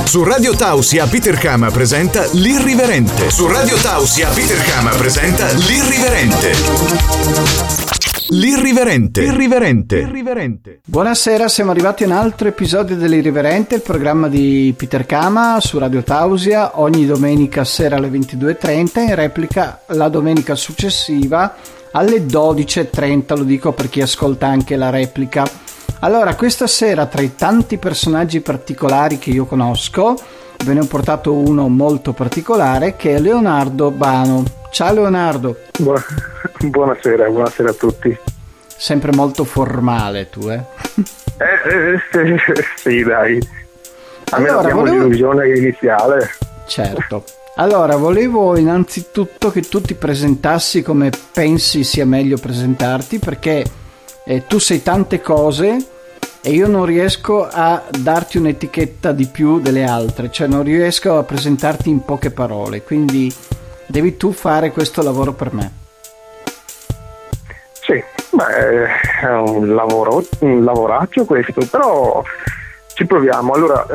Su Radio Tausia Peter Kama presenta L'Irriverente. Su Radio Tausia Peter Kama presenta L'Irriverente. L'Irriverente. Buonasera, siamo arrivati a un altro episodio dell'Irriverente, il programma di Peter Kama su Radio Tausia, ogni domenica sera alle 22.30, in replica la domenica successiva alle 12.30, lo dico per chi ascolta anche la replica. Allora, questa sera, tra i tanti personaggi particolari che io conosco, ve ne ho portato uno molto particolare, che è Leonardo Bano. Ciao Leonardo. Buonasera a tutti. Sempre molto formale tu, eh? Sì, dai. Almeno Allora, abbiamo l'illusione iniziale. Certo. Allora, volevo innanzitutto che tu ti presentassi come pensi sia meglio presentarti, perché tu sei tante cose e io non riesco a darti un'etichetta di più delle altre, cioè non riesco a presentarti in poche parole, quindi devi tu fare questo lavoro per me. Sì, è un lavoraccio questo, però ci proviamo. Allora,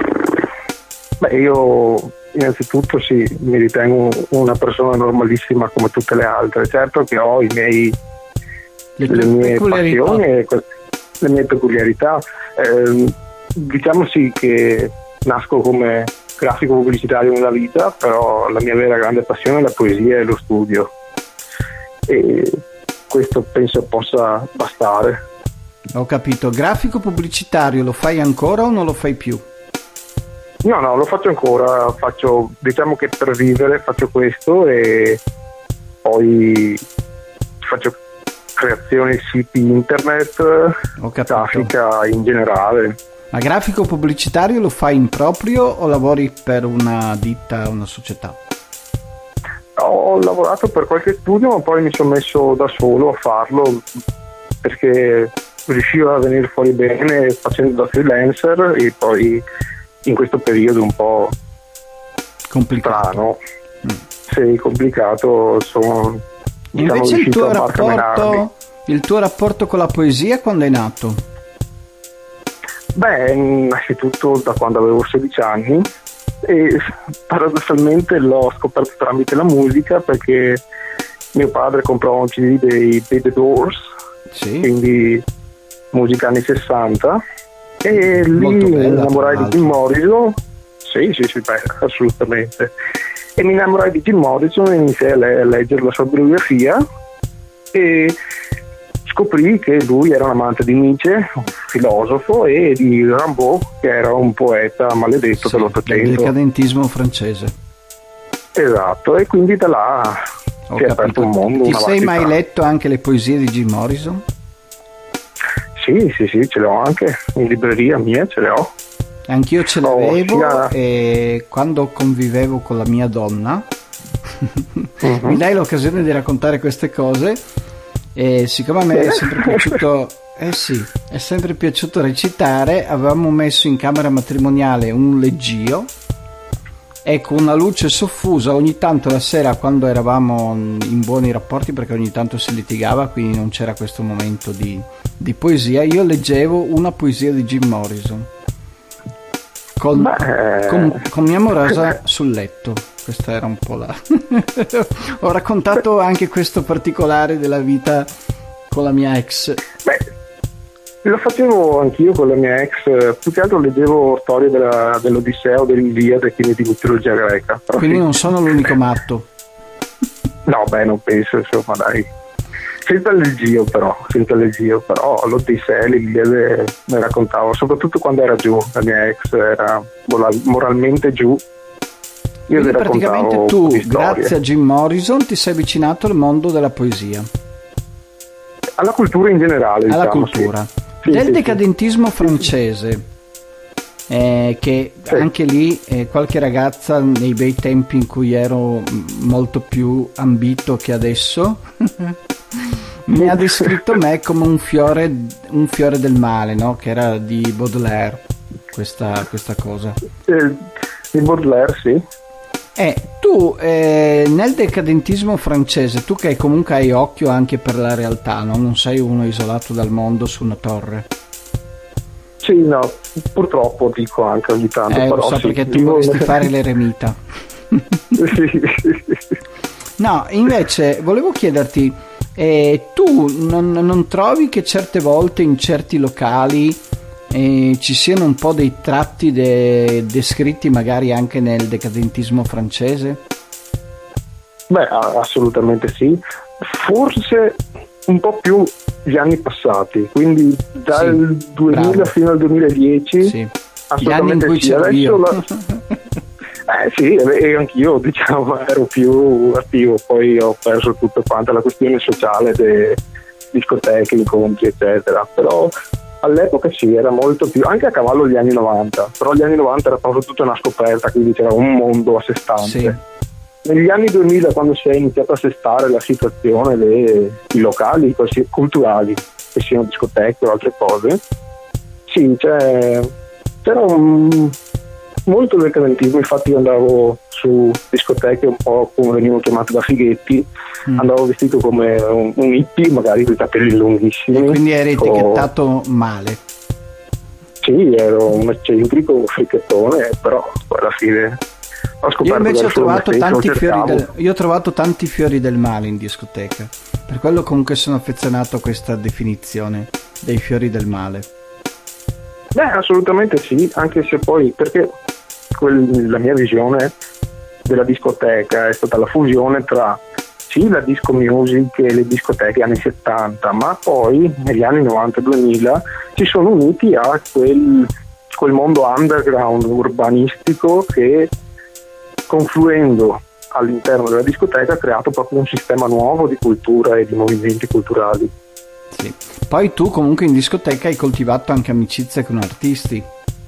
io innanzitutto sì, mi ritengo una persona normalissima come tutte le altre. Certo che ho le mie passioni e le mie peculiarità. Diciamo sì che nasco come grafico pubblicitario nella vita, però la mia vera grande passione è la poesia e lo studio, e questo penso possa bastare. Ho capito. Grafico pubblicitario lo fai ancora o non lo fai più? No, lo faccio ancora, diciamo che per vivere faccio questo, e poi faccio creazione siti internet, grafica in generale. Ma grafico pubblicitario lo fai in proprio o lavori per una ditta, una società? Ho lavorato per qualche studio, ma poi mi sono messo da solo a farlo perché riuscivo a venire fuori bene facendo da freelancer, e poi in questo periodo un po' complicato. Strano, sì, complicato, sono invece il tuo rapporto con la poesia quando è nato? Innanzitutto da quando avevo 16 anni, e paradossalmente l'ho scoperto tramite la musica, perché mio padre comprò un CD dei The Doors, sì. Quindi musica anni 60, e lì mi innamorai di Jim Morrison. Sì, assolutamente. E mi innamorai di Jim Morrison e iniziai a leggere la sua biografia, e scoprì che lui era un amante di Nietzsche, un filosofo, e di Rimbaud, che era un poeta maledetto dell'Ottocento. Del decadentismo francese. Esatto, e quindi da là si è aperto un mondo. Ti sei mai letto anche le poesie di Jim Morrison? Sì, ce le ho anche in libreria mia, ce le ho. Anch'io ce l'avevo, e quando convivevo con la mia donna mi dai l'occasione di raccontare queste cose, e siccome a me è sempre piaciuto è sempre piaciuto recitare, avevamo messo in camera matrimoniale un leggio, e con una luce soffusa ogni tanto la sera, quando eravamo in buoni rapporti, perché ogni tanto si litigava, quindi non c'era questo momento di poesia, io leggevo una poesia di Jim Morrison con mia amorosa sul letto. Questa era un po' la ho raccontato anche questo particolare della vita con la mia ex. Lo facevo anch'io con la mia ex, più che altro leggevo storie dell'Odissea o dell'Iliade, quindi di mitologia greca. Quindi non sono l'unico matto. No, non penso, insomma, dai. Senza leggio però l'Odissea e l'Iliade ne raccontavo, soprattutto quando era giù, la mia ex era moralmente giù. Io quindi praticamente tu, grazie a Jim Morrison, ti sei avvicinato al mondo della poesia, alla cultura in generale, alla cultura del decadentismo francese, che anche lì qualche ragazza nei bei tempi in cui ero molto più ambito che adesso mi ha descritto me come un fiore del male, no? Che era di Baudelaire, questa cosa di Baudelaire, sì. Tu nel decadentismo francese, tu che comunque hai occhio anche per la realtà, no? Non sei uno isolato dal mondo su una torre, Sì, no, purtroppo dico anche ogni tanto. Però lo so, sì, perché tu vorresti fare l'eremita. Sì. No, invece volevo chiederti, tu non trovi che certe volte in certi locali ci siano un po' dei tratti descritti magari anche nel decadentismo francese? Beh, assolutamente sì, forse un po' più gli anni passati, quindi dal 2000 bravo. Fino al 2010 sì. Assolutamente gli anni in cui c'ero io. Sì, e anch'io diciamo ero più attivo, poi ho perso tutta quanta la questione sociale delle discoteche, incontri eccetera, però all'epoca sì, era molto più, anche a cavallo degli anni 90, però gli anni 90 era proprio tutta una scoperta, quindi c'era un mondo a sé stante. Sì. Negli anni 2000, quando si è iniziato a assestare la situazione i locali culturali, che siano discoteche o altre cose, sì, c'era molto decadentismo. Infatti io andavo su discoteche un po' come venivano chiamate da fighetti, andavo vestito come un hippie, magari con i capelli lunghissimi. E quindi eri etichettato male. Sì, ero un eccentrico, un fricchettone, però poi alla fine ho scoperto. Io invece ho trovato tanti fiori del male in discoteca, per quello comunque sono affezionato a questa definizione dei fiori del male. Beh, assolutamente sì, anche se poi, perché la mia visione della discoteca è stata la fusione tra sì la disco music e le discoteche anni 70, ma poi negli anni 90-2000 si sono uniti a quel mondo underground urbanistico che, confluendo all'interno della discoteca, ha creato proprio un sistema nuovo di cultura e di movimenti culturali. Sì. Poi tu comunque in discoteca hai coltivato anche amicizie con artisti.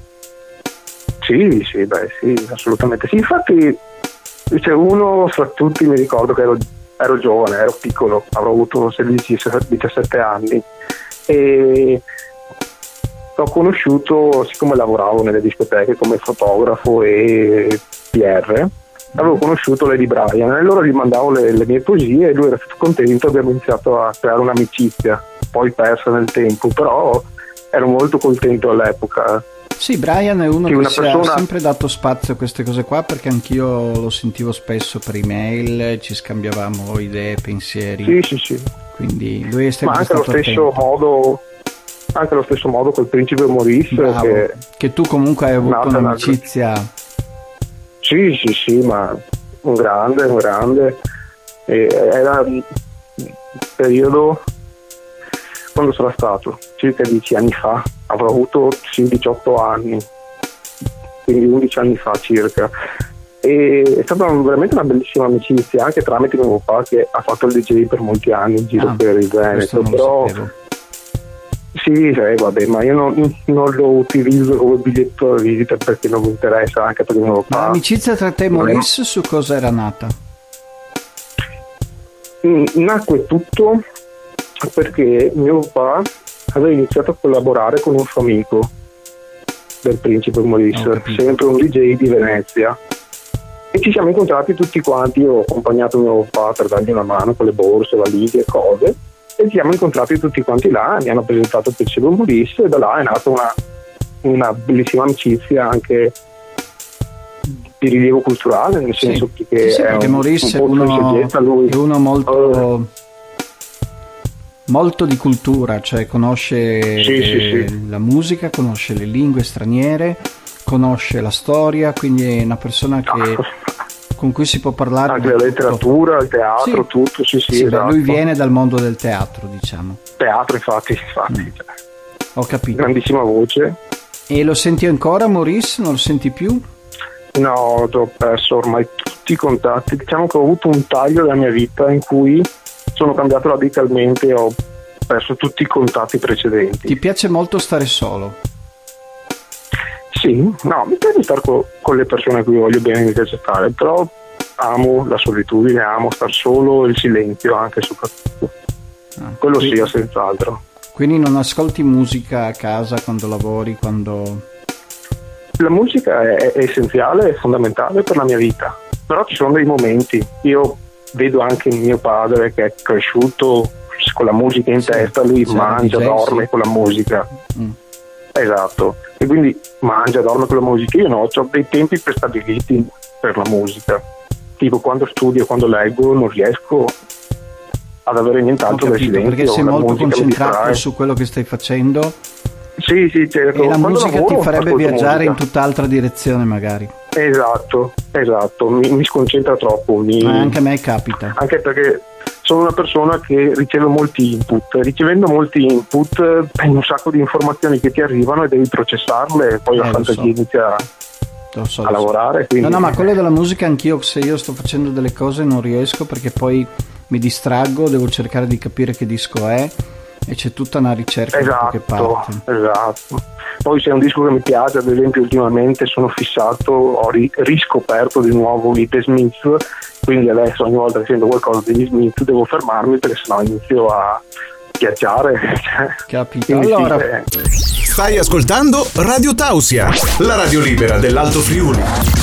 Sì, assolutamente sì. Infatti c'è uno fra tutti, mi ricordo che ero giovane, ero piccolo, avrò avuto 16-17 anni e l'ho conosciuto, siccome lavoravo nelle discoteche come fotografo e PR, avevo conosciuto Lady Brian e allora gli mandavo le mie poesie e lui era tutto contento. Abbiamo iniziato a creare un'amicizia, poi persa nel tempo, però ero molto contento all'epoca. Sì, Brian è uno che ha sempre dato spazio a queste cose qua, perché anch'io lo sentivo spesso per email, ci scambiavamo idee, pensieri. Sì. Quindi lui è sempre anche stato anche allo stesso modo col principe Maurice, che tu comunque hai avuto un'amicizia. Sì, ma un grande. Era un periodo, quando sarà stato? Circa 10 anni fa, avrò avuto 18 anni, quindi 11 anni fa circa. E è stata veramente una bellissima amicizia, anche tramite mio papà che ha fatto il DJ per molti anni in giro per il Veneto, però sì, vabbè, ma io non lo utilizzo come biglietto di visita perché non mi interessa, anche perché mio papà. L'amicizia tra te e Maurice su cosa era nata? Nacque tutto perché mio papà aveva iniziato a collaborare con un suo amico del principe Maurice, sempre un DJ di Venezia, e ci siamo incontrati tutti quanti. Io ho accompagnato mio papà per dargli una mano con le borse, valigie e cose, e ci siamo incontrati tutti quanti là, mi hanno presentato il principe Maurice e da là è nata una bellissima amicizia anche di rilievo culturale, nel senso che perché Maurice è uno molto di cultura, cioè conosce la musica, conosce le lingue straniere, conosce la storia, quindi è una persona con cui si può parlare anche la letteratura, il teatro, tutto. Sì, esatto. Lui viene dal mondo del teatro, diciamo. Teatro, infatti. Ho capito. Grandissima voce. E lo senti ancora Maurice? Non lo senti più? No, ho perso ormai tutti i contatti. Diciamo che ho avuto un taglio della mia vita in cui sono cambiato radicalmente e ho perso tutti i contatti precedenti. Ti piace molto stare solo? Sì, no, mi piace stare con le persone a cui voglio bene, mi piace stare, però amo la solitudine, amo star solo, il silenzio anche soprattutto. Quello sì, senz'altro. Quindi non ascolti musica a casa quando lavori, quando... La musica è essenziale, è fondamentale per la mia vita, però ci sono dei momenti. Io vedo anche mio padre che è cresciuto con la musica in testa, lui mangia, dorme con la musica. Esatto, e quindi mangia, dorme con la musica. Io no, ho dei tempi prestabiliti per la musica, tipo quando studio, quando leggo non riesco ad avere nient'altro del silenzio, perché sei molto concentrato su quello che stai facendo. Sì, certo. E la musica ti farebbe viaggiare in tutt'altra direzione magari. Esatto, mi sconcentra troppo. Anche a me capita. Anche perché sono una persona che riceve molti input. Ricevendo molti input hai un sacco di informazioni che ti arrivano e devi processarle e poi la fantasia inizia a lavorare. Quindi... No, ma quello della musica anch'io, se io sto facendo delle cose non riesco perché poi mi distraggo, devo cercare di capire che disco è e c'è tutta una ricerca che parte. Esatto. Poi se è un disco che mi piace, ad esempio ultimamente sono fissato, ho riscoperto di nuovo i The Smiths, quindi adesso ogni volta che sento qualcosa degli Smiths devo fermarmi perché sennò inizio a ghiacciare. Capito. Allora, stai ascoltando Radio Tausia, la radio libera dell'Alto Friuli.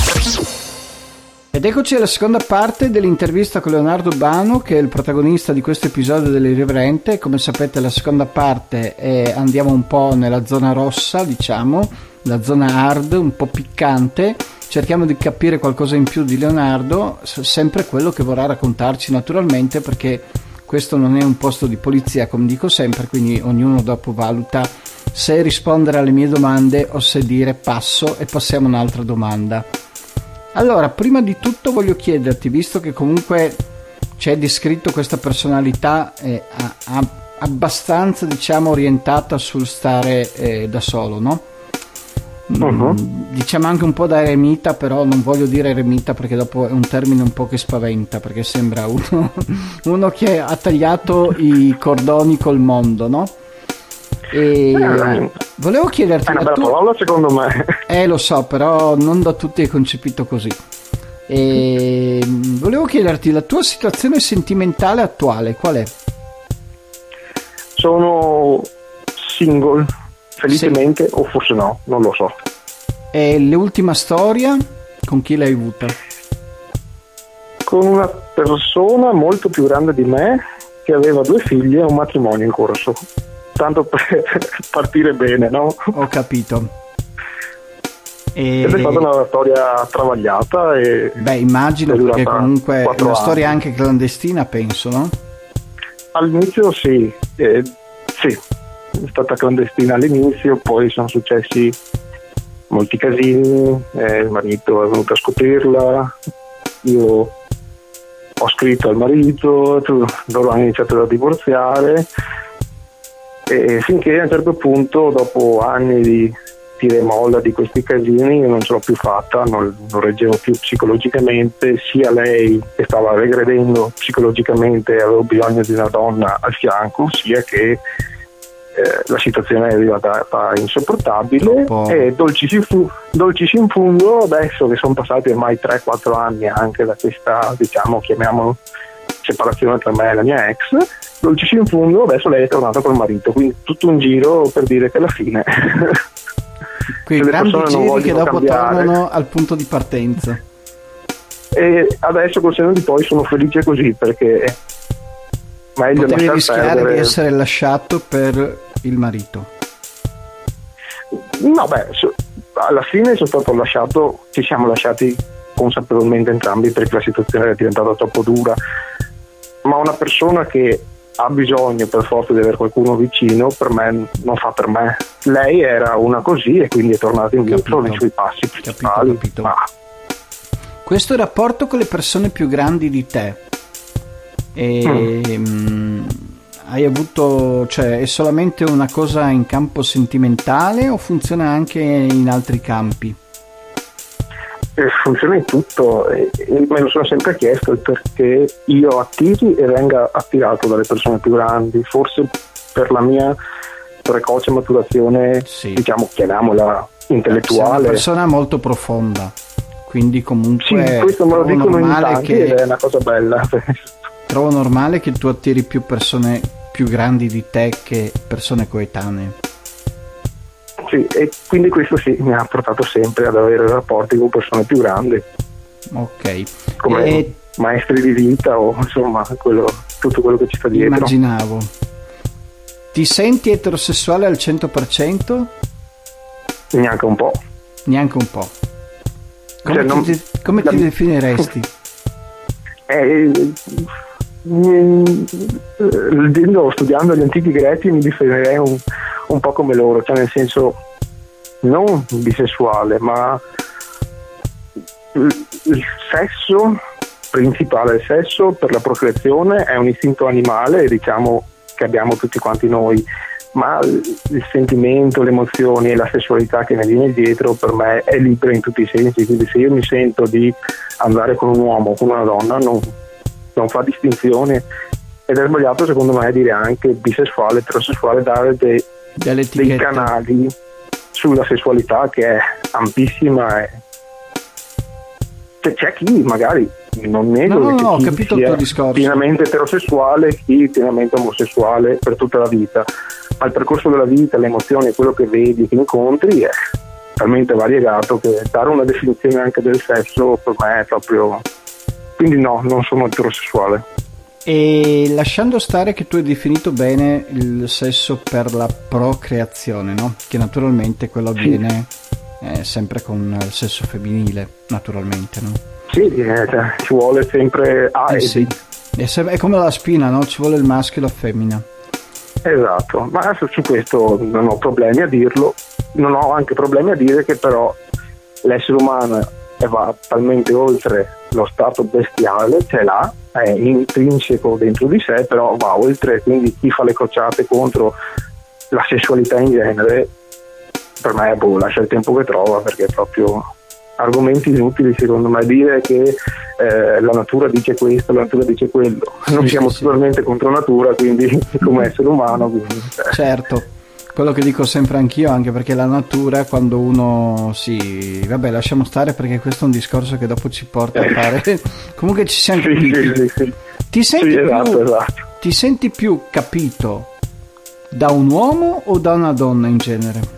Ed eccoci alla seconda parte dell'intervista con Leonardo Urbano, che è il protagonista di questo episodio dell'Irriverente. Come sapete, la seconda parte andiamo un po' nella zona rossa, diciamo, la zona hard, un po' piccante. Cerchiamo di capire qualcosa in più di Leonardo, sempre quello che vorrà raccontarci naturalmente, perché questo non è un posto di polizia, come dico sempre, quindi ognuno dopo valuta se rispondere alle mie domande o se dire passo e passiamo a un'altra domanda. Allora, prima di tutto voglio chiederti, visto che comunque c'è descritto questa personalità abbastanza, diciamo, orientata sul stare da solo, no? Diciamo anche un po' da eremita, però non voglio dire eremita perché dopo è un termine un po' che spaventa, perché sembra uno che ha tagliato i cordoni col mondo, no? E volevo chiederti una bella parola secondo me. Lo so, però non da tutti è concepito così. E volevo chiederti la tua situazione sentimentale attuale, qual è? Sono single, felicemente, o forse no, non lo so. E l'ultima storia con chi l'hai avuta? Con una persona molto più grande di me che aveva 2 figli e un matrimonio in corso. Tanto per partire bene, no? Ho capito. Ed è stata una storia travagliata e immagino, perché comunque è una storia anche clandestina, penso, no? All'inizio sì, è stata clandestina all'inizio, poi sono successi molti casini, il marito è venuto a scoprirla, io ho scritto al marito, loro hanno iniziato a divorziare. E finché a un certo punto, dopo anni di tira e molla di questi casini, io non ce l'ho più fatta, non reggevo più psicologicamente, sia lei che stava regredendo psicologicamente e avevo bisogno di una donna al fianco, sia che la situazione è diventata insopportabile. E dolcis in fundo, adesso che sono passati ormai 3-4 anni anche da questa, diciamo, chiamiamolo separazione tra me e la mia ex, dolcis in fondo adesso lei è tornata col marito, quindi tutto un giro per dire che alla fine quei grandi giri che dopo tornano al punto di partenza. E adesso col senno di poi sono felice così, perché meglio potevi rischiare di essere lasciato per il marito. No, alla fine sono stato lasciato, ci siamo lasciati consapevolmente entrambi perché la situazione era diventata troppo dura, ma una persona che ha bisogno per forza di avere qualcuno vicino, per me non fa per me. Lei era una così e quindi è tornata indietro nei suoi passi principali. Capito. Questo rapporto con le persone più grandi di te hai avuto, cioè, è solamente una cosa in campo sentimentale o funziona anche in altri campi? Funziona in tutto, e me lo sono sempre chiesto, perché io attiri e venga attirato dalle persone più grandi, forse per la mia precoce maturazione, diciamo, chiamiamola intellettuale. Sei una persona molto profonda, quindi comunque sì, questo me lo dicono in tanti ed è una cosa bella. Trovo normale che tu attiri più persone più grandi di te che persone coetanee. Sì, e quindi questo sì mi ha portato sempre ad avere rapporti con persone più grandi. Ok. Come maestri di vita o insomma tutto quello che ci sta dietro. Immaginavo. Ti senti eterosessuale al 100%? Neanche un po'. Neanche un po'. Come ti definiresti? Studiando gli antichi greci mi definirei un po' come loro, cioè nel senso non bisessuale, ma il sesso principale, il sesso per la procreazione è un istinto animale, diciamo, che abbiamo tutti quanti noi, ma il sentimento, le emozioni e la sessualità che ne viene dietro per me è libera in tutti i sensi, quindi se io mi sento di andare con un uomo o con una donna non fa distinzione, ed è sbagliato secondo me dire anche bisessuale, eterosessuale, dare dei canali sulla sessualità che è ampissima. C'è chi magari, non nego che chi sia pienamente eterosessuale, chi pienamente omosessuale per tutta la vita, ma il percorso della vita, le emozioni, quello che vedi, che incontri è talmente variegato che dare una definizione anche del sesso per me è proprio... Quindi no, non sono eterosessuale. E lasciando stare che tu hai definito bene il sesso per la procreazione, no? Che naturalmente quello avviene sempre con il sesso femminile, naturalmente, no? Sì, ci vuole sempre A e sì. È come la spina, no? Ci vuole il maschio e la femmina. Esatto, ma su questo non ho problemi a dirlo, non ho anche problemi a dire che però l'essere umano va talmente oltre lo stato bestiale, ce l'ha, è intrinseco dentro di sé, però va oltre, quindi chi fa le crociate contro la sessualità in genere, per me lascia il tempo che trova, perché è proprio argomenti inutili secondo me, dire che la natura dice questo, la natura dice quello, noi siamo totalmente contro natura, quindi come essere umano, quindi, certo, quello che dico sempre anch'io, anche perché la natura, quando uno vabbè, lasciamo stare perché questo è un discorso che dopo ci porta a fare comunque ci siamo capiti. Sì. Ti senti esatto. Ti senti più capito da un uomo o da una donna in genere?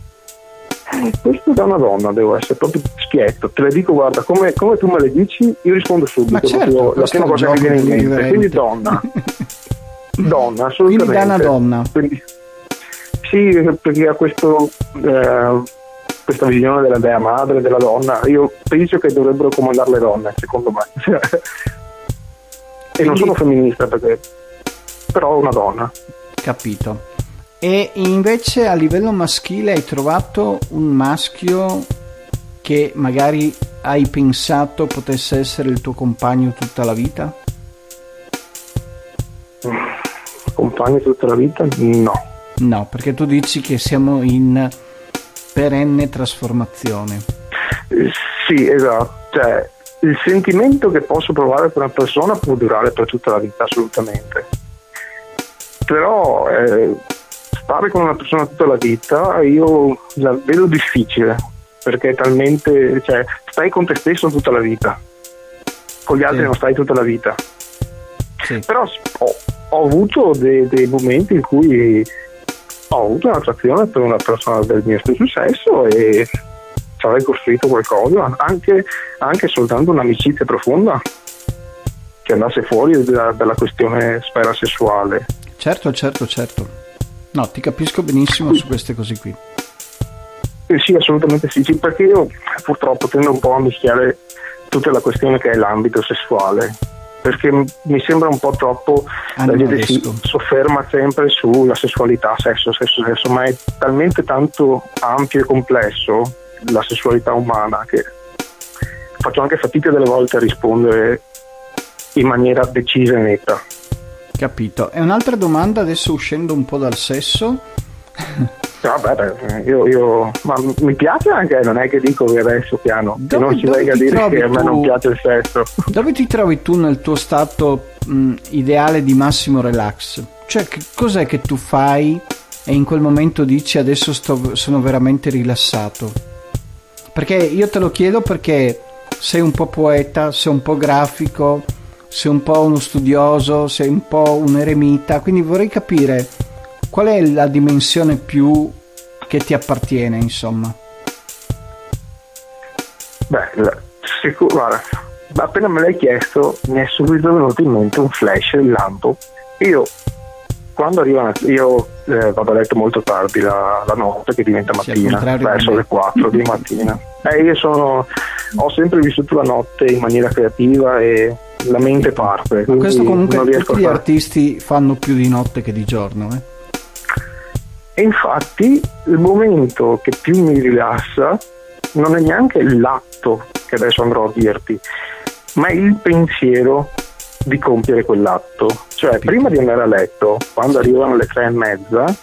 Questo da una donna, devo essere proprio schietto, te le dico, guarda, come tu me le dici io rispondo subito. Ma certo, la prima cosa che mi viene in mente, quindi donna assolutamente, quindi da una donna, quindi, sì, perché ha questa visione della dea madre, della donna. Io penso che dovrebbero comandare le donne, secondo me. E non sono femminista però una donna. Capito. E invece a livello maschile hai trovato un maschio che magari hai pensato potesse essere il tuo compagno tutta la vita? Compagno tutta la vita? No, perché tu dici che siamo in perenne trasformazione. Sì, esatto, cioè il sentimento che posso provare per una persona può durare per tutta la vita, assolutamente, però stare con una persona tutta la vita io la vedo difficile, perché è talmente, cioè stai con te stesso tutta la vita, con gli altri non stai tutta la vita. Sì. Però ho avuto dei momenti in cui ho avuto un'attrazione per una persona del mio stesso sesso e ci avrei costruito qualcosa, anche soltanto un'amicizia profonda che andasse fuori dalla questione sfera sessuale. Certo. No, ti capisco benissimo su queste cose qui. Sì, assolutamente sì, perché io purtroppo tendo un po' a mischiare tutta la questione che è l'ambito sessuale, perché mi sembra un po' troppo, la gente si sofferma sempre sulla sessualità, sesso, ma è talmente tanto ampio e complesso la sessualità umana che faccio anche fatica delle volte a rispondere in maniera decisa e netta. Capito. E un'altra domanda, adesso uscendo un po' dal sesso. Vabbè, io ma mi piace anche, non è che dico che adesso piano che non ci venga a dire che a me non piace il sesso. Dove ti trovi tu nel tuo stato ideale di massimo relax? Cioè, che cos'è che tu fai e in quel momento dici adesso sono veramente rilassato? Perché io te lo chiedo perché sei un po' poeta, sei un po' grafico, sei un po' uno studioso, sei un po' un eremita, quindi vorrei capire qual è la dimensione più che ti appartiene, insomma. Guarda, appena me l'hai chiesto mi è subito venuto in mente un flash, il lampo. Io quando arrivano, io vado a letto molto tardi la notte, che diventa mattina, verso le 4 di mattina. Ho sempre vissuto la notte in maniera creativa e la mente parte. Ma questo comunque tutti gli artisti fanno più di notte che di giorno, E infatti il momento che più mi rilassa non è neanche l'atto che adesso andrò a dirti, ma il pensiero di compiere quell'atto. Cioè, prima di andare a letto, quando arrivano le 3:30,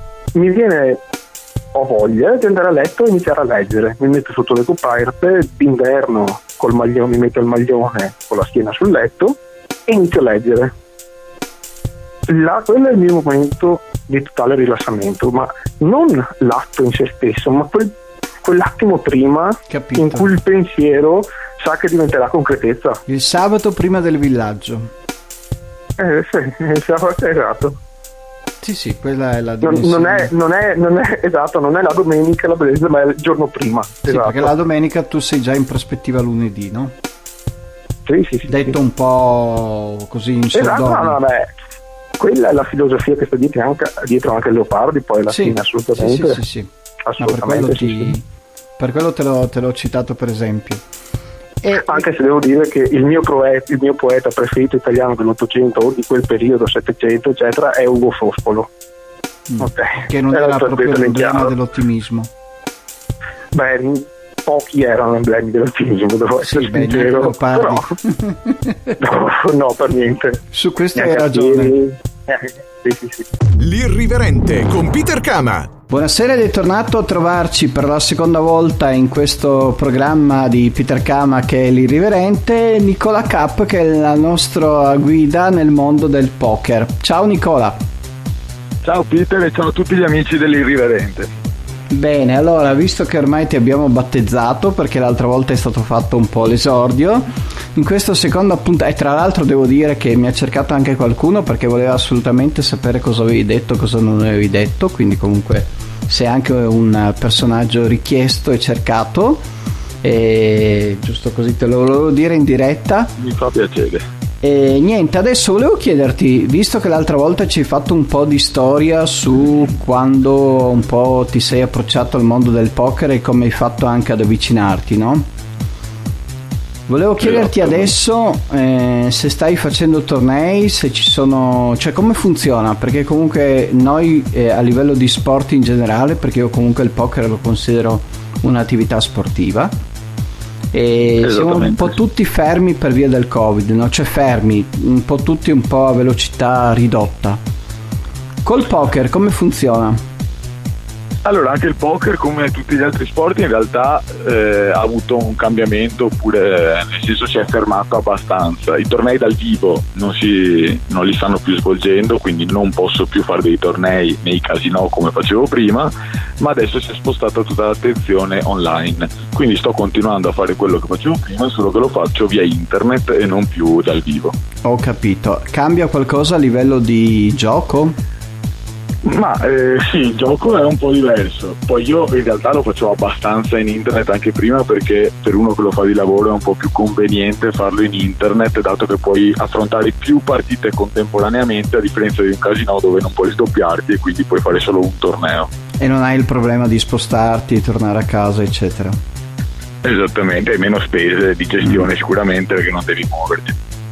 ho voglia di andare a letto e iniziare a leggere. Mi metto sotto le coperte, d'inverno col maglione, mi metto il maglione con la schiena sul letto e inizio a leggere. Quello è il mio momento di totale rilassamento, ma non l'atto in se stesso, ma quell'attimo prima. Capito. In cui il pensiero sa che diventerà concretezza. Il sabato prima del villaggio. Sì, il sabato, esatto. Sì, quella è la dimensione. Non è esatto, non è la domenica la bellezza, ma è il giorno prima. Sì, esatto. Perché la domenica tu sei già in prospettiva lunedì, no? Sì. Detto un po' così in soldoni. Esatto, quella è la filosofia che sta dietro anche Leopardi, poi alla fine assolutamente. Sì. Assolutamente, per quello te l'ho citato per esempio. Anche se devo dire che il mio poeta preferito italiano dell'Ottocento o di quel periodo, Settecento eccetera, è Ugo Foscolo. Che non era proprio l'emblema dell'ottimismo. Pochi erano emblemi dell'ottimismo, devo essere sincero, però no, per niente. Su questo hai ragione. Sì. L'Irriverente con Peter Kama. Buonasera ed è tornato a trovarci per la seconda volta in questo programma di Peter Kama che è l'Irriverente, Nicola Cap, che è la nostra guida nel mondo del poker. Ciao Nicola. Ciao Peter e ciao a tutti gli amici dell'Irriverente. Bene, allora, visto che ormai ti abbiamo battezzato, perché l'altra volta è stato fatto un po' l'esordio, in questo secondo appuntamento, e tra l'altro devo dire che mi ha cercato anche qualcuno perché voleva assolutamente sapere cosa avevi detto, cosa non avevi detto, quindi comunque sei anche un personaggio richiesto e cercato, e giusto così te lo volevo dire in diretta. Mi fa piacere. E niente, adesso volevo chiederti, visto che l'altra volta ci hai fatto un po' di storia su quando un po' ti sei approcciato al mondo del poker e come hai fatto anche ad avvicinarti, no? Volevo chiederti adesso se stai facendo tornei, se ci sono, cioè come funziona, perché comunque noi a livello di sport in generale, perché io comunque il poker lo considero un'attività sportiva, e siamo un po' tutti fermi per via del Covid, no? Cioè fermi, un po' tutti un po' a velocità ridotta. Col poker come funziona? Allora, anche il poker, come tutti gli altri sport, in realtà ha avuto un cambiamento, oppure nel senso si è fermato abbastanza. I tornei dal vivo non li stanno più svolgendo, quindi non posso più fare dei tornei nei casinò come facevo prima, ma adesso si è spostata tutta l'attenzione online, quindi sto continuando a fare quello che facevo prima, solo che lo faccio via internet e non più dal vivo. Ho capito. Cambia qualcosa a livello di gioco? Ma sì, il gioco è un po' diverso. Poi io in realtà lo facevo abbastanza in internet anche prima, perché per uno che lo fa di lavoro è un po' più conveniente farlo in internet, dato che puoi affrontare più partite contemporaneamente, a differenza di un casino dove non puoi sdoppiarti e quindi puoi fare solo un torneo. E non hai il problema di spostarti, tornare a casa eccetera. Esattamente, hai meno spese di gestione sicuramente, perché non devi muoverti.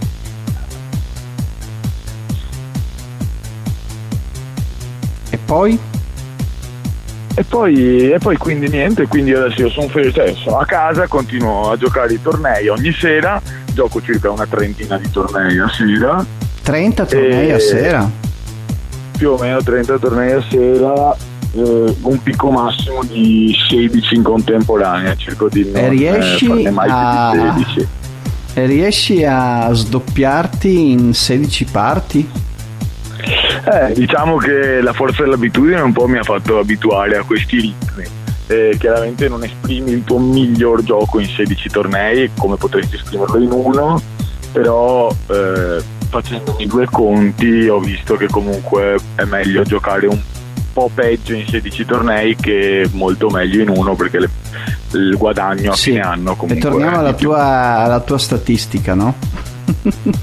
E poi quindi niente, quindi adesso io sono a casa, continuo a giocare i tornei ogni sera, gioco circa una trentina di tornei a sera. 30 tornei a sera? Più o meno 30 tornei a sera, un picco massimo di 16 in contemporanea, cerco di non farne mai più di 16. E riesci a sdoppiarti in 16 parti? Diciamo che la forza dell'abitudine un po' mi ha fatto abituare a questi ritmi. Chiaramente non esprimi il tuo miglior gioco in 16 tornei come potresti esprimerlo in uno, però facendomi due conti ho visto che comunque è meglio giocare un po' peggio in 16 tornei che molto meglio in uno, perché il guadagno a fine anno comunque. E torniamo alla tua statistica, no?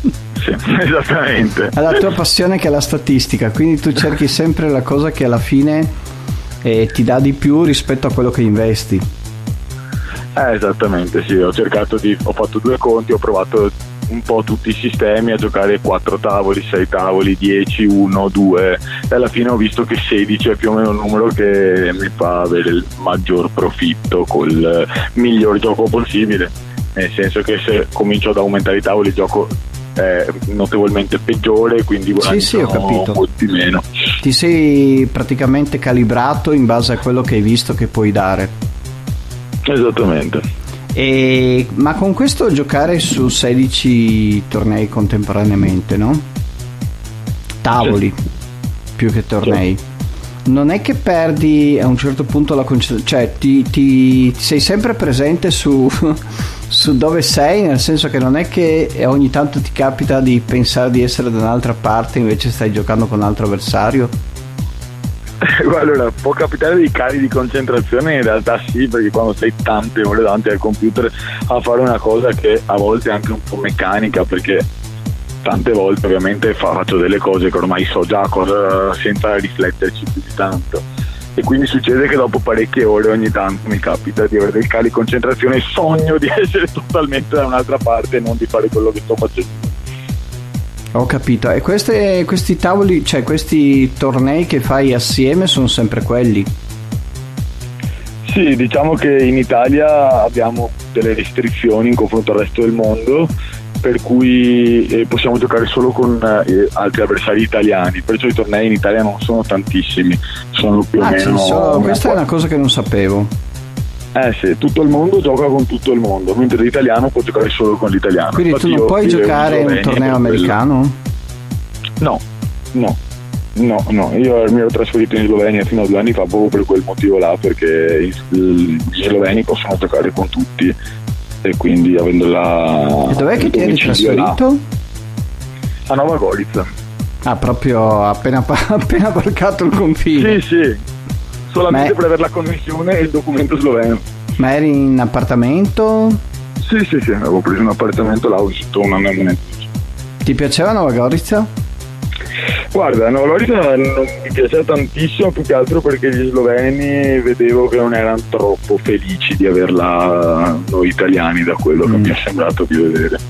sì, esattamente. È la tua passione che è la statistica, quindi tu cerchi sempre la cosa che alla fine ti dà di più rispetto a quello che investi. Esattamente, sì, ho fatto 2 conti, ho provato un po' tutti i sistemi a giocare 4 tavoli, 6 tavoli, 10, 1, 2 e alla fine ho visto che 16 è più o meno il numero che mi fa avere il maggior profitto col miglior gioco possibile, nel senso che se comincio ad aumentare i tavoli il gioco è notevolmente peggiore, quindi sì, ho capito. Molti meno. Ti sei praticamente calibrato in base a quello che hai visto che puoi dare. Esattamente. Ma con questo giocare su 16 tornei contemporaneamente, no? Tavoli, sì. Più che tornei, sì. Non è che perdi a un certo punto la concentrazione, cioè ti sei sempre presente su dove sei, nel senso che non è che ogni tanto ti capita di pensare di essere da un'altra parte invece stai giocando con un altro avversario? Allora, può capitare dei cali di concentrazione, in realtà sì, perché quando sei tante ore davanti al computer a fare una cosa che a volte è anche un po' meccanica, perché tante volte ovviamente faccio delle cose che ormai so già cosa, senza rifletterci più di tanto, e quindi succede che dopo parecchie ore ogni tanto mi capita di avere dei cali di concentrazione e sogno di essere totalmente da un'altra parte e non di fare quello che sto facendo. Ho capito. E questi tavoli, cioè questi tornei che fai assieme sono sempre quelli? Sì, diciamo che in Italia abbiamo delle restrizioni in confronto al resto del mondo, per cui possiamo giocare solo con altri avversari italiani, perciò i tornei in Italia non sono tantissimi, sono più o meno... Questa è una cosa che non sapevo. Sì, tutto il mondo gioca con tutto il mondo, mentre l'italiano può giocare solo con l'italiano. Quindi infatti tu non puoi giocare in un torneo americano? No, io mi ero trasferito in Slovenia fino a 2 anni fa proprio per quel motivo là, perché gli sloveni possono giocare con tutti e quindi avendo la... E dov'è che ti eri trasferito? A Nova Gorica. Ah, proprio appena varcato il confine. Sì. Solamente per avere la connessione e il documento sloveno. Ma eri in appartamento? Sì, avevo preso un appartamento là, ho vissuto un anno e mezzo. Ti piaceva Nova Gorica? Guarda, Nova Gorica non mi piaceva tantissimo, più che altro perché gli sloveni vedevo che non erano troppo felici di averla noi italiani, da quello che mi è sembrato di vedere.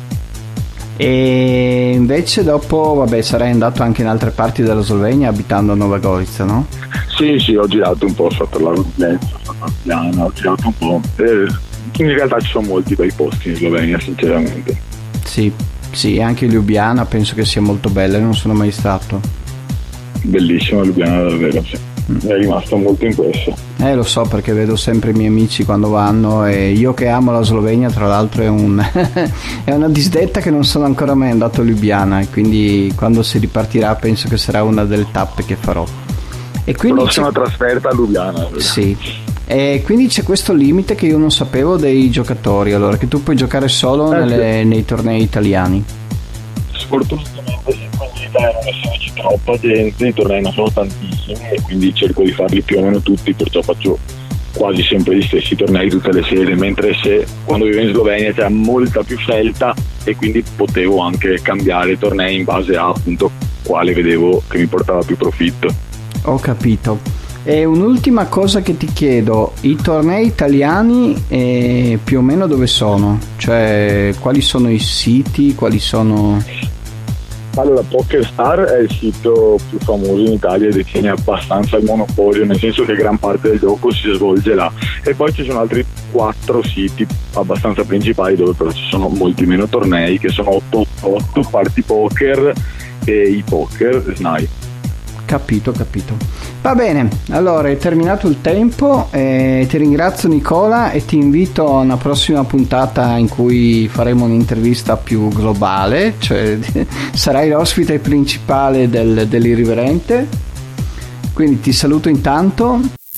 E invece dopo, vabbè, sarai andato anche in altre parti della Slovenia abitando a Nova Gorica, no? Sì, ho girato un po', sotto la Rublenza, sotto Ljubljana, ho girato un po'. In realtà ci sono molti bei posti in Slovenia, sinceramente. Sì, anche Ljubljana penso che sia molto bella, non sono mai stato. Bellissima Ljubljana, davvero, sì. Mi è rimasto molto impresso. Lo so, perché vedo sempre i miei amici quando vanno, e io che amo la Slovenia, tra l'altro è una disdetta che non sono ancora mai andato a Ljubljana, e quindi quando si ripartirà penso che sarà una delle tappe che farò. E quindi prossima trasferta a Ljubljana. Sì. E quindi c'è questo limite che io non sapevo dei giocatori, allora, che tu puoi giocare solo nei tornei italiani. Sfortunatamente sì, in Italia non essendoci troppa gente, i tornei non sono tantissimi e quindi cerco di farli più o meno tutti, perciò faccio quasi sempre gli stessi tornei tutte le sere, mentre quando vivo in Slovenia c'è molta più scelta e quindi potevo anche cambiare tornei in base a appunto quale vedevo che mi portava più profitto. Ho capito. E un'ultima cosa che ti chiedo, i tornei italiani più o meno dove sono? Cioè, quali sono i siti, quali sono... Allora, PokerStar è il sito più famoso in Italia e detiene abbastanza il monopolio, nel senso che gran parte del gioco si svolge là, e poi ci sono altri 4 siti abbastanza principali dove però ci sono molti meno tornei, che sono 888, Party Poker e iPoker, Snipe. Capito. Va bene, allora è terminato il tempo, ti ringrazio Nicola e ti invito a una prossima puntata in cui faremo un'intervista più globale, cioè sarai l'ospite principale dell'Irriverente, quindi ti saluto intanto.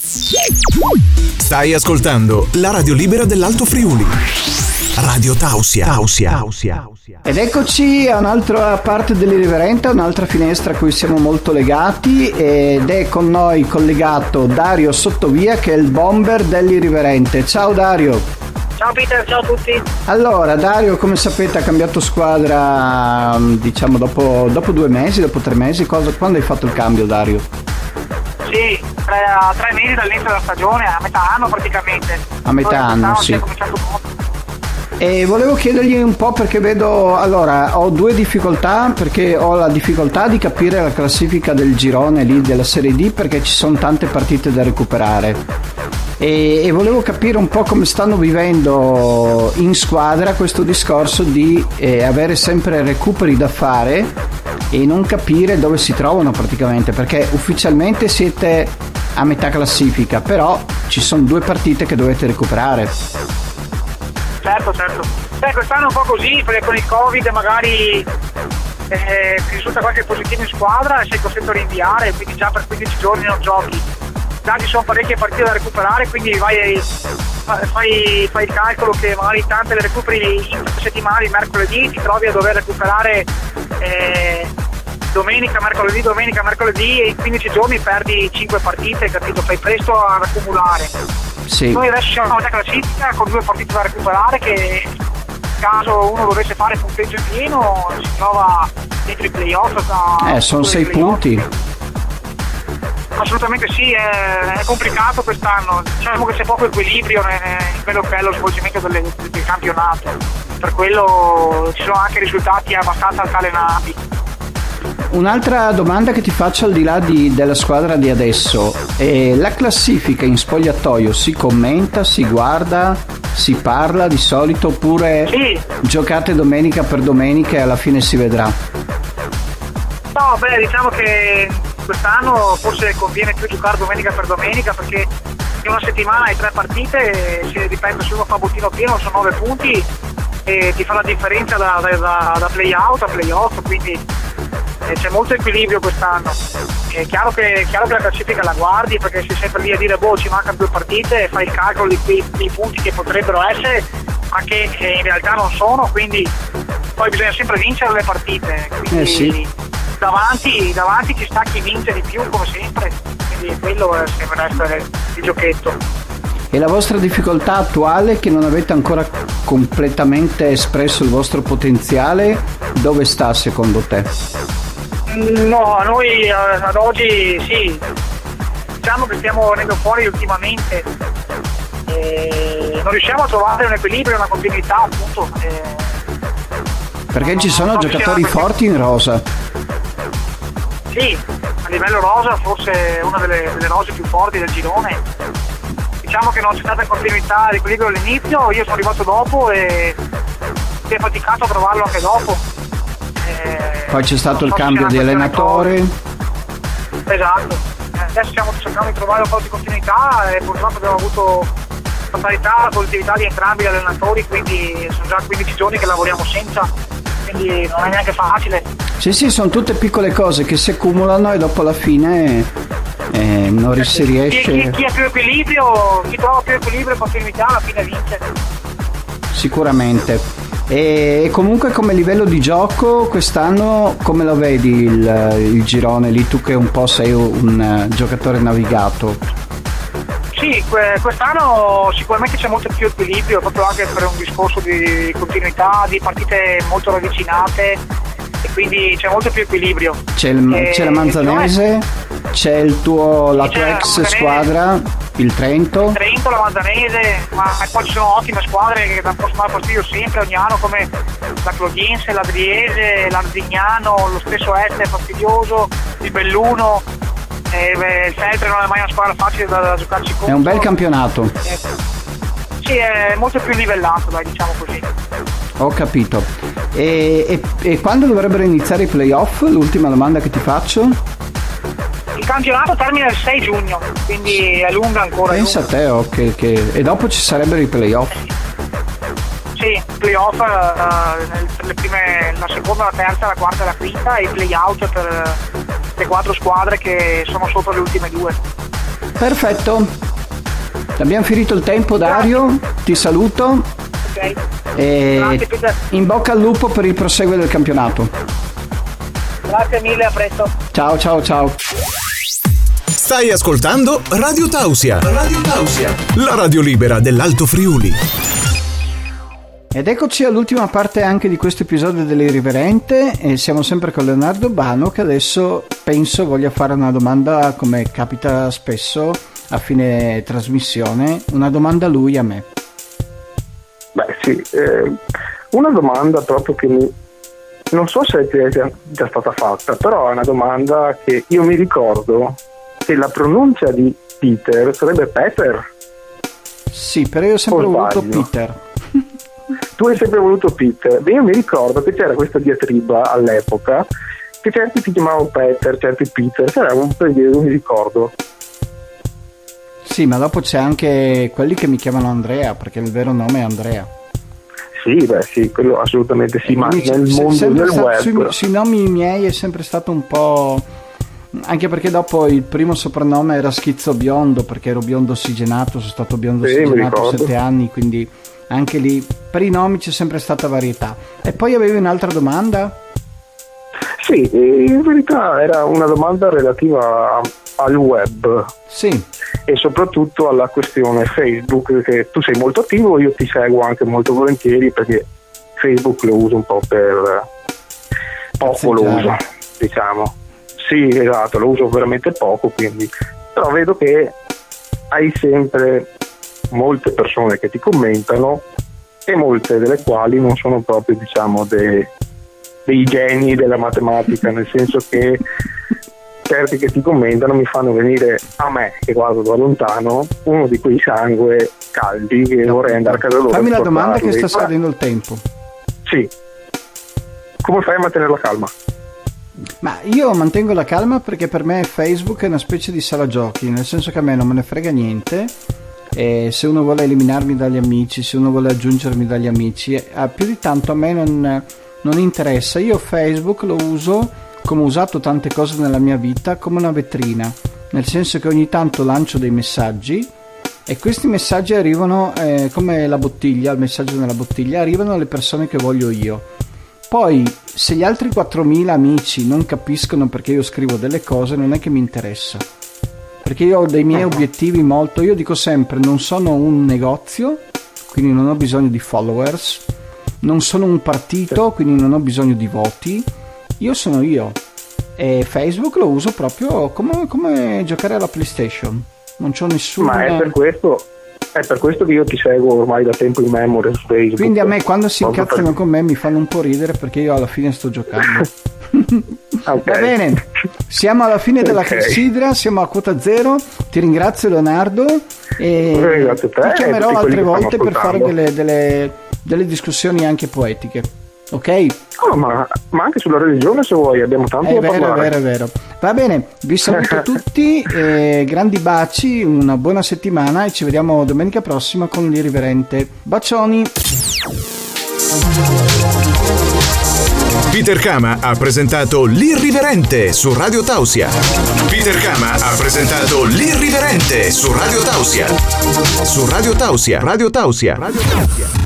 Stai ascoltando la radio libera dell'Alto Friuli, Radio Tausia. Ed eccoci a un'altra parte dell'Irriverente, un'altra finestra a cui siamo molto legati, ed è con noi collegato Dario Sottovia, che è il bomber dell'Irriverente. Ciao Dario. Ciao Peter, ciao a tutti. Allora, Dario, come sapete, ha cambiato squadra, diciamo, dopo 2 mesi, dopo 3 mesi. Quando hai fatto il cambio, Dario? Sì, 3 mesi dall'inizio della stagione, a metà anno praticamente. A metà anno, sì. E volevo chiedergli un po', perché vedo, allora, ho 2 difficoltà, perché ho la difficoltà di capire la classifica del girone lì della Serie D, perché ci sono tante partite da recuperare. E volevo capire un po' come stanno vivendo in squadra questo discorso di avere sempre recuperi da fare e non capire dove si trovano praticamente, perché ufficialmente siete a metà classifica, però ci sono 2 partite che dovete recuperare. Certo. Quest'anno è un po' così, perché con il Covid magari ti risulta qualche positivo in squadra e sei costretto a rinviare, quindi già per 15 giorni non giochi. Già ci sono parecchie partite da recuperare, quindi fai il calcolo che magari tante le recuperi in 3 settimane, mercoledì, ti trovi a dover recuperare domenica, mercoledì e in 15 giorni perdi 5 partite, capito? Fai presto ad accumulare. Sì. Noi adesso siamo a metà classifica con 2 partite da recuperare che in caso uno dovesse fare punteggio pieno si trova dentro i playoff. Sono 6 punti. Assolutamente sì, è complicato quest'anno, diciamo che c'è poco equilibrio in quello che è lo svolgimento del campionato, per quello ci sono anche risultati abbastanza altalenanti. Un'altra domanda che ti faccio al di là della squadra di adesso, la classifica in spogliatoio si commenta, si guarda, si parla di solito, oppure sì, giocate domenica per domenica e alla fine si vedrà? No, diciamo che quest'anno forse conviene più giocare domenica per domenica, perché in una settimana hai 3 partite e si dipende se uno fa bottino pieno, sono 9 punti e ti fa la differenza da play out a play off, quindi c'è molto equilibrio quest'anno. È chiaro che la classifica la guardi, perché sei sempre lì a dire ci mancano 2 partite e fai il calcolo dei punti che potrebbero essere ma che in realtà non sono, quindi poi bisogna sempre vincere le partite, quindi sì. davanti ci sta chi vince di più come sempre, quindi quello sembra essere il giochetto. E la vostra difficoltà attuale è che non avete ancora completamente espresso il vostro potenziale, dove sta secondo te? No, noi ad oggi sì, diciamo che stiamo venendo fuori ultimamente, non riusciamo a trovare un equilibrio, una continuità appunto. Perché ci sono giocatori forti in rosa. Sì, a livello rosa forse una delle rose più forti del girone. Diciamo che non c'è stata continuità e equilibrio all'inizio, io sono arrivato dopo e si è faticato a trovarlo anche dopo. Poi c'è stato il cambio di allenatore. Esatto, adesso stiamo cercando di trovare un po' di continuità e purtroppo abbiamo avuto fatalità, positività di entrambi gli allenatori, quindi sono già 15 giorni che lavoriamo senza, quindi non è neanche facile. Sì, sono tutte piccole cose che si accumulano e dopo alla fine non si riesce. Chi ha più equilibrio, chi trova più equilibrio e continuità alla fine vince. Sicuramente. E comunque come livello di gioco quest'anno come lo vedi il girone lì, tu che un po' sei un giocatore navigato? Sì, quest'anno sicuramente c'è molto più equilibrio, proprio anche per un discorso di continuità, di partite molto ravvicinate e quindi c'è molto più equilibrio. C'è la Manzanese, c'è la tua ex squadra, il Trento, la Manzanese, ma poi ci sono ottime squadre che possono dare fastidio sempre ogni anno, come la Clodiense, l'Adriese, l'Arzignano, lo stesso Este è fastidioso, il Belluno, il Feltre non è mai una squadra facile da giocarci contro. È un bel campionato. Sì, è molto più livellato, dai, diciamo così. Ho capito. E quando dovrebbero iniziare i playoff? L'ultima domanda che ti faccio. Il campionato termina il 6 giugno, quindi è lunga ancora. Pensa a te, e dopo ci sarebbero i playoff. Sì, playoff per la seconda, la terza, la quarta e la quinta, e i playout per le 4 squadre che sono sopra le ultime 2. Perfetto. Abbiamo finito il tempo, Dario. Ti saluto. Ok. Grazie, Peter. In bocca al lupo per il proseguo del campionato. Grazie mille, a presto. Ciao. Stai ascoltando Radio Tausia, la radio libera dell'Alto Friuli. Ed eccoci all'ultima parte anche di questo episodio dell'Irriverente e siamo sempre con Leonardo Bano, che adesso penso voglia fare una domanda, come capita spesso a fine trasmissione, una domanda lui a me. Beh sì, una domanda proprio che non so se è già stata fatta, però è una domanda che io mi ricordo che la pronuncia di Peter sarebbe Peter. Sì, però io ho sempre voluto Peter. Tu hai sempre voluto Peter. Beh, io mi ricordo che c'era questa diatriba all'epoca, che certi ti chiamavano Peter, certi Peter, c'era un periodo, mi ricordo. Sì, ma dopo c'è anche quelli che mi chiamano Andrea, perché il vero nome è Andrea. Sì, beh sì, quello assolutamente sì, ma nel mondo del web... Sui nomi miei è sempre stato un po'... Anche perché dopo il primo soprannome era Schizzo Biondo, perché ero biondo ossigenato, sono stato biondo ossigenato 7 anni, quindi... Anche lì per i nomi c'è sempre stata varietà. E poi avevi un'altra domanda? Sì, in verità era una domanda relativa al web. Sì. E soprattutto alla questione Facebook, che tu sei molto attivo, io ti seguo anche molto volentieri perché Facebook lo uso un po' per poco, lo uso, diciamo. Sì, esatto, lo uso veramente poco, quindi però vedo che hai sempre molte persone che ti commentano e molte delle quali non sono proprio, diciamo, dei geni della matematica, nel senso che certi che ti commentano mi fanno venire a me, che guardo da lontano, uno di quei sangue caldi che vorrei andare a casa loro. Fammi la domanda che sta scadendo il tempo. Sì. Come fai a mantenere la calma? Ma io mantengo la calma perché per me Facebook è una specie di sala giochi, nel senso che a me non me ne frega niente. E se uno vuole eliminarmi dagli amici, se uno vuole aggiungermi dagli amici, più di tanto a me non interessa. Io Facebook lo uso, come ho usato tante cose nella mia vita, come una vetrina, nel senso che ogni tanto lancio dei messaggi e questi messaggi arrivano come la bottiglia, il messaggio nella bottiglia, arrivano alle persone che voglio io. Poi se gli altri 4.000 amici non capiscono perché io scrivo delle cose, non è che mi interessa, perché io ho dei miei obiettivi molto, io dico sempre, non sono un negozio, quindi non ho bisogno di followers, non sono un partito, quindi non ho bisogno di voti, io sono io, e Facebook lo uso proprio come giocare alla PlayStation, non c'ho nessuno. Ma è per questo che io ti seguo ormai da tempo in memoria su Facebook. Quindi a me quando si incazzano con me mi fanno un po' ridere, perché io alla fine sto giocando. Okay. Va bene, siamo alla fine della clessidra, siamo a quota zero. Ti ringrazio Leonardo e ti chiamerò altre volte per fare delle discussioni anche poetiche, ok? Oh, ma anche sulla religione, se vuoi, abbiamo tanto da parlare. È vero. Va bene, vi saluto tutti, grandi baci, una buona settimana e ci vediamo domenica prossima con l'Irriverente. Bacioni. Peter Kama ha presentato l'Irriverente su Radio Tausia. Peter Kama ha presentato l'Irriverente su Radio Tausia. Su Radio Tausia. Radio Tausia. Radio Tausia.